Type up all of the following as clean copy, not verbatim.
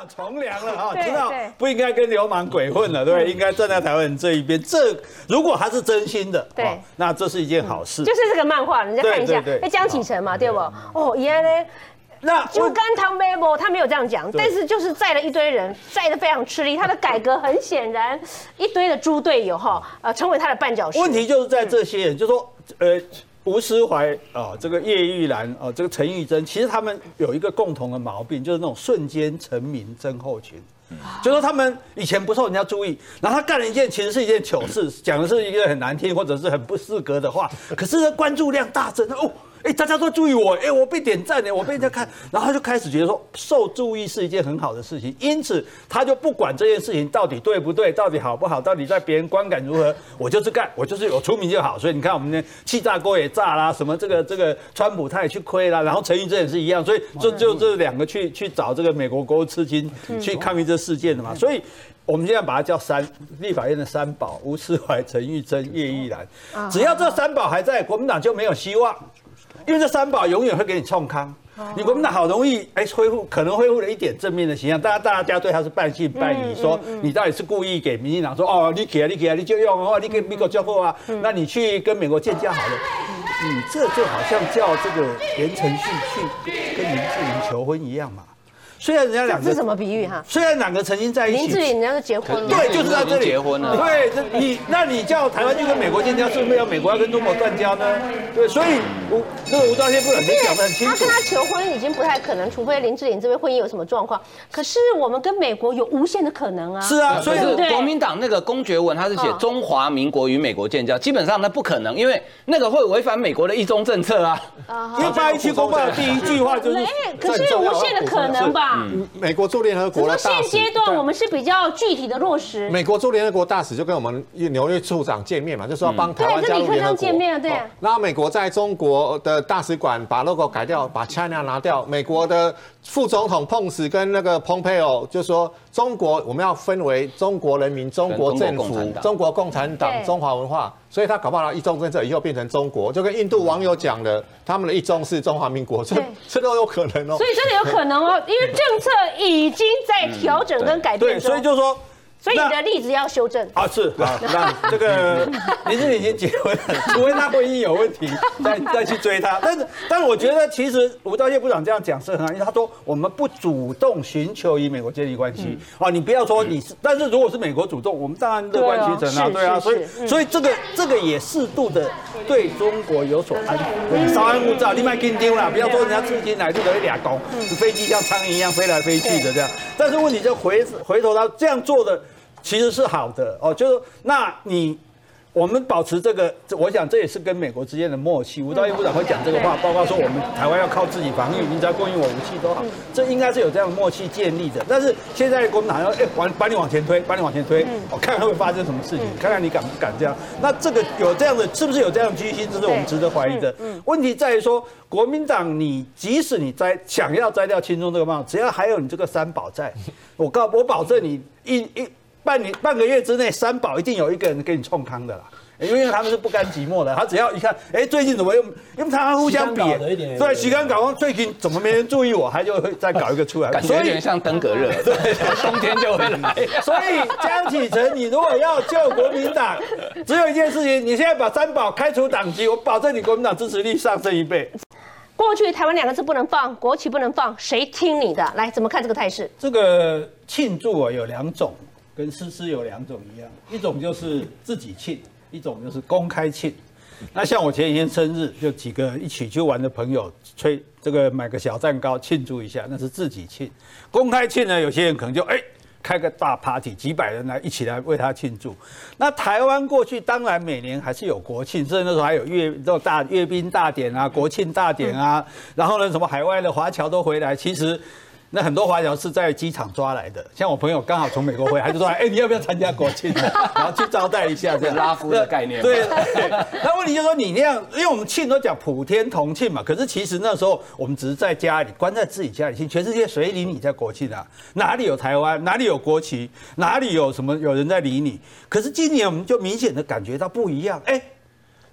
党从良了啊，知道不应该跟流氓鬼混了，对不对？应该站在台湾人这一边。这如果他是真心的，对，那这是一件好事。 就是这个漫画，人家看一下，江启臣嘛，对不？哦，原来呢。那就干汤杯不，他没有这样讲，但是就是载了一堆人，载得非常吃力。他的改革很显然，一堆的猪队友哈，成为他的绊脚石。 问题就是在这些人，就说吴思怀啊，这个叶玉兰啊，这个陈玉珍，其实他们有一个共同的毛病，就是那种瞬间成名症候群。就说他们以前不受人家注意，然后他干了一件其实是一件糗事，讲的是一个很难听或者是很不适格的话，可是关注量大增哦。大家都注意我，我被点赞我被人家看，然后他就开始觉得说受注意是一件很好的事情，因此他就不管这件事情到底对不对，到底好不好，到底在别人观感如何，我就是干，我就是有出名就好。所以你看我们的气炸锅也炸啦，什么这个川普他也去亏啦，然后陈玉珍也是一样，所以就这两个去找这个美国国务次卿去抗议这事件的嘛，所以。我们现在把它叫立法院的三宝：吴思怀、陈玉珍、叶玉兰。只要这三宝还在，国民党就没有希望，因为这三宝永远会给你冲康。你国民党好容易可能恢复了一点正面的形象，大家对他是半信半疑，说你到底是故意给民进党说哦，你给你就用哦，你给美国交货啊，那你去跟美国建交好了。这就好像叫这个言承旭去跟林志玲求婚一样嘛。虽然人家两个这是什么比喻哈？ 虽然两个曾经在一起， 林志玲人家都结婚了， 对，就是在这里结婚了。 对，那你叫台湾去跟美国建交，是不是要美国要跟中国断交呢？对，所以这个吴钊燮部长已经讲得很清楚， 他跟他求婚已经不太可能，除非林志玲这边婚姻有什么状况。可是我们跟美国有无限的可能啊。 是啊， 所以国民党那个公决文，他是写中华民国与美国建交，基本上那不可能，因为那个会违反美国的一中政策啊。 因为817公报的第一句话就是， 可是有无限的可能吧？ 美国驻联合国的大使， 现阶段我们是比较具体的落实。 美国驻联合国大使就跟我们纽约处长见面嘛，就说要帮台湾加入联合国。 见面对。 然后美国在中国的大使馆把 logo 改掉，把 China 拿掉。美国的副总统彭斯跟那个蓬佩奥就说，中国我们要分为中国人民、中国政府、中国共产党、中华文化。所以他搞不好一中政策以后变成中国，就跟印度网友讲的，他们的一中是中华民国，这都有可能哦。 所以真的有可能哦，因为政策已经在调整跟改变中。 对，所以就说。 所以你的例子要修正啊，是啊，那这个林志玲已经结婚了，除非他婚姻有问题，再去追他。但是我觉得其实吴钊燮部长这样讲是很好，因为他说我们不主动寻求与美国建立关系啊，你不要说你是，但是如果是美国主动，我们当然乐观其成啊，对啊，所以这个也适度的对中国有所安抚，稍安勿躁，你别紧张啦，不要说人家刺青来就得俩公，飞机像苍蝇一样飞来飞去的这样。但是问题就回头到这样做的。其实是好的哦，就是我们保持这个，我想这也是跟美国之间的默契。吴钊燮部长会讲这个话，包括说我们台湾要靠自己防御，你只要供应我武器都好，这应该是有这样的默契建立的。但是现在国民党要把你往前推，我看看会发生什么事情，看看你敢不敢这样。那这个有这样的，是不是有这样的居心，这是我们值得怀疑的。问题在于说，国民党即使你想要摘掉亲中这个帽子，只要还有你这个三宝在，我保证你半个月之内，三宝一定有一个人给你冲康的啦，因为他们是不甘寂寞的。他只要一看，最近怎么因为他互相比，对，徐刚搞最近怎么没人注意我，他就会再搞一个出来， 感觉有点像登革热，对，冬天就会来。 所以江启臣，你如果要救国民党，只有一件事情，你现在把三宝开除党籍，我保证你国民党支持率上升1倍。 过去台湾两个字不能放，国旗不能放，谁听你的？来，怎么看这个态势？ 这个庆祝有两种。跟诗有两种一样，一种就是自己庆，一种就是公开庆。那像我前几天生日，就几个一起去玩的朋友买个小蛋糕庆祝一下，那是自己庆。公开庆呢，有些人可能就开个大 party， 几百人一起来为他庆祝。那台湾过去当然每年还是有国庆，甚至那时候还有阅兵大典啊、国庆大典啊，然后呢什么海外的华侨都回来，其实。那很多华侨是在机场抓来的，像我朋友刚好从美国回来，他就说：“你要不要参加国庆？然后去招待一下，这样拉夫的概念。” 对。那问题就是说你那样，因为我们庆都讲普天同庆嘛，可是其实那时候我们只是在家里关在自己家里庆，全世界谁理你在国庆啊？哪里有台湾？哪里有国旗？哪里有什么有人在理你？可是今年我们就明显的感觉到不一样，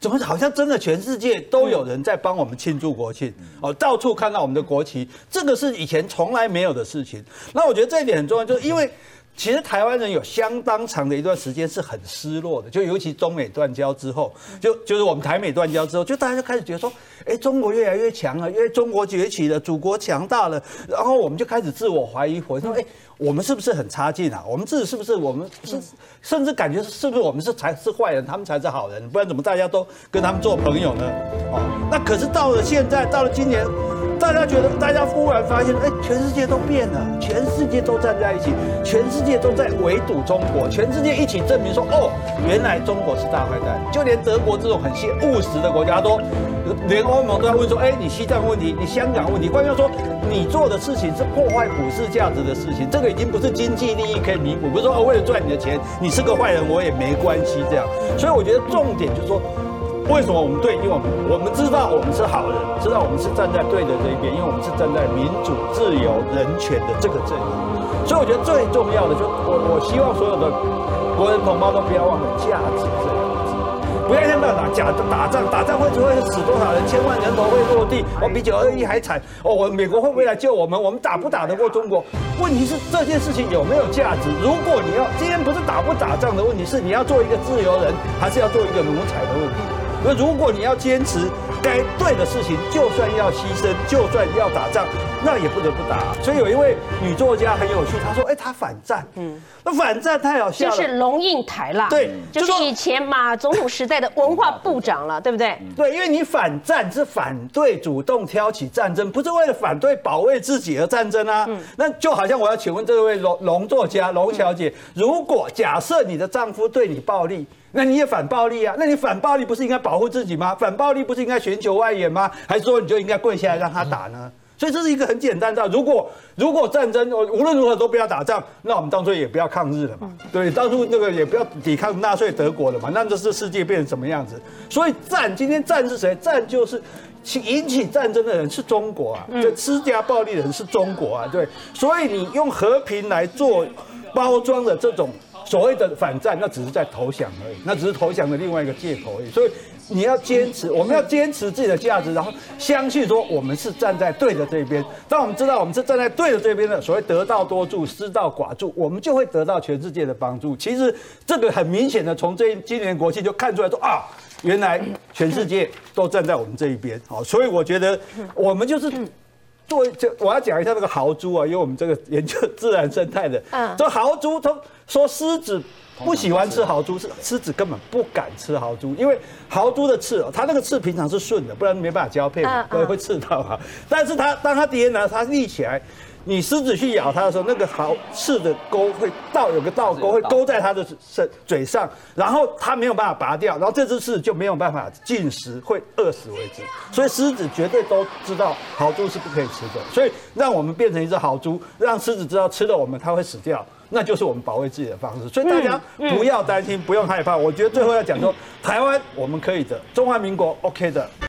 怎么好像真的全世界都有人在帮我们庆祝国庆哦，到处看到我们的国旗，这个是以前从来没有的事情。那我觉得这一点很重要，就是因为其实台湾人有相当长的一段时间是很失落的，就尤其中美断交之后，就是我们台美断交之后，就大家就开始觉得说，中国越来越强了，因为中国崛起了，祖国强大了，然后我们就开始自我怀疑，我说，我们是不是很差劲啊？我们是不是我们是甚至感觉是不是我们才是坏人，他们才是好人？不然怎么大家都跟他们做朋友呢？哦，那可是到了现在，到了今年，大家忽然发现，全世界都变了，全世界都站在一起，全世界都在围堵中国，全世界一起证明说，原来中国是大坏蛋。就连德国这种很务实的国家都，连欧盟都要问说，你西藏问题，你香港问题，关键说你做的事情是破坏普世价值的事情，这个已经不是经济利益可以弥补，不是说为了赚你的钱，你是个坏人我也没关系这样。所以我觉得重点就是说，为什么我们对？因为我们知道我们是好人，知道我们是站在对的这一边，因为我们是站在民主、自由、人权的这个阵营。所以我觉得最重要的，就我希望所有的国人同胞都不要忘了价值这两个字，不要一天到晚打仗会死多少人，千万人头会落地，比921还惨。美国会不会来救我们？我们打不打得过中国？问题是这件事情有没有价值？如果你要今天不是打不打仗的问题，是你要做一个自由人，还是要做一个奴才的问题？那如果你要坚持该对的事情，就算要牺牲，就算要打仗，那也不得不打。所以有一位女作家很有趣，她说：“她反战，那反战太好笑了， 就是龙应台啦， 对， 就是以前马总统时代的文化部长了，对不对？ 对，因为你反战是反对主动挑起战争，不是为了反对保卫自己而战争啊。那就好像我要请问这位龙作家龙小姐，如果假设你的丈夫对你暴力，那你也反暴力啊？那你反暴力不是应该保护自己吗？反暴力不是应该全球外援吗？还是说你就应该跪下来让他打呢？所以这是一个很简单的，如果战争无论如何都不要打仗，那我们当初也不要抗日了嘛，对，当初那个也不要抵抗纳粹德国了嘛，那这是世界变成什么样子？所以今天战是谁？战就是引起战争的人是中国啊，对，施加暴力的人是中国啊，对，所以你用和平来做包装的这种所谓的反战，那只是在投降而已，那只是投降的另外一个借口而已。所以你要坚持，我们要坚持自己的价值，然后相信说我们是站在对的这边。当我们知道我们是站在对的这边的，所谓得道多助，失道寡助，我们就会得到全世界的帮助。其实这个很明显的，从今年国庆就看出来说啊，原来全世界都站在我们这一边。好，所以我觉得我们就是。我要讲一下那个豪猪啊，因为我们这个研究自然生态的，这豪猪都说狮子不喜欢吃豪猪，是狮子根本不敢吃豪猪，因为豪猪的刺，它那个刺平常是顺的，不然没办法交配嘛，会刺到嘛。但是当它跌呢，它立起来。你狮子去咬它的时候，那个刺的钩会有个倒钩，会勾在它的嘴上，然后它没有办法拔掉，然后这只狮就没有办法进食，会饿死为止。所以狮子绝对都知道豪猪是不可以吃的，所以让我们变成一只豪猪，让狮子知道吃了我们它会死掉，那就是我们保卫自己的方式。所以大家不要担心，不用害怕。我觉得最后要讲说，台湾我们可以的，中华民国 OK 的。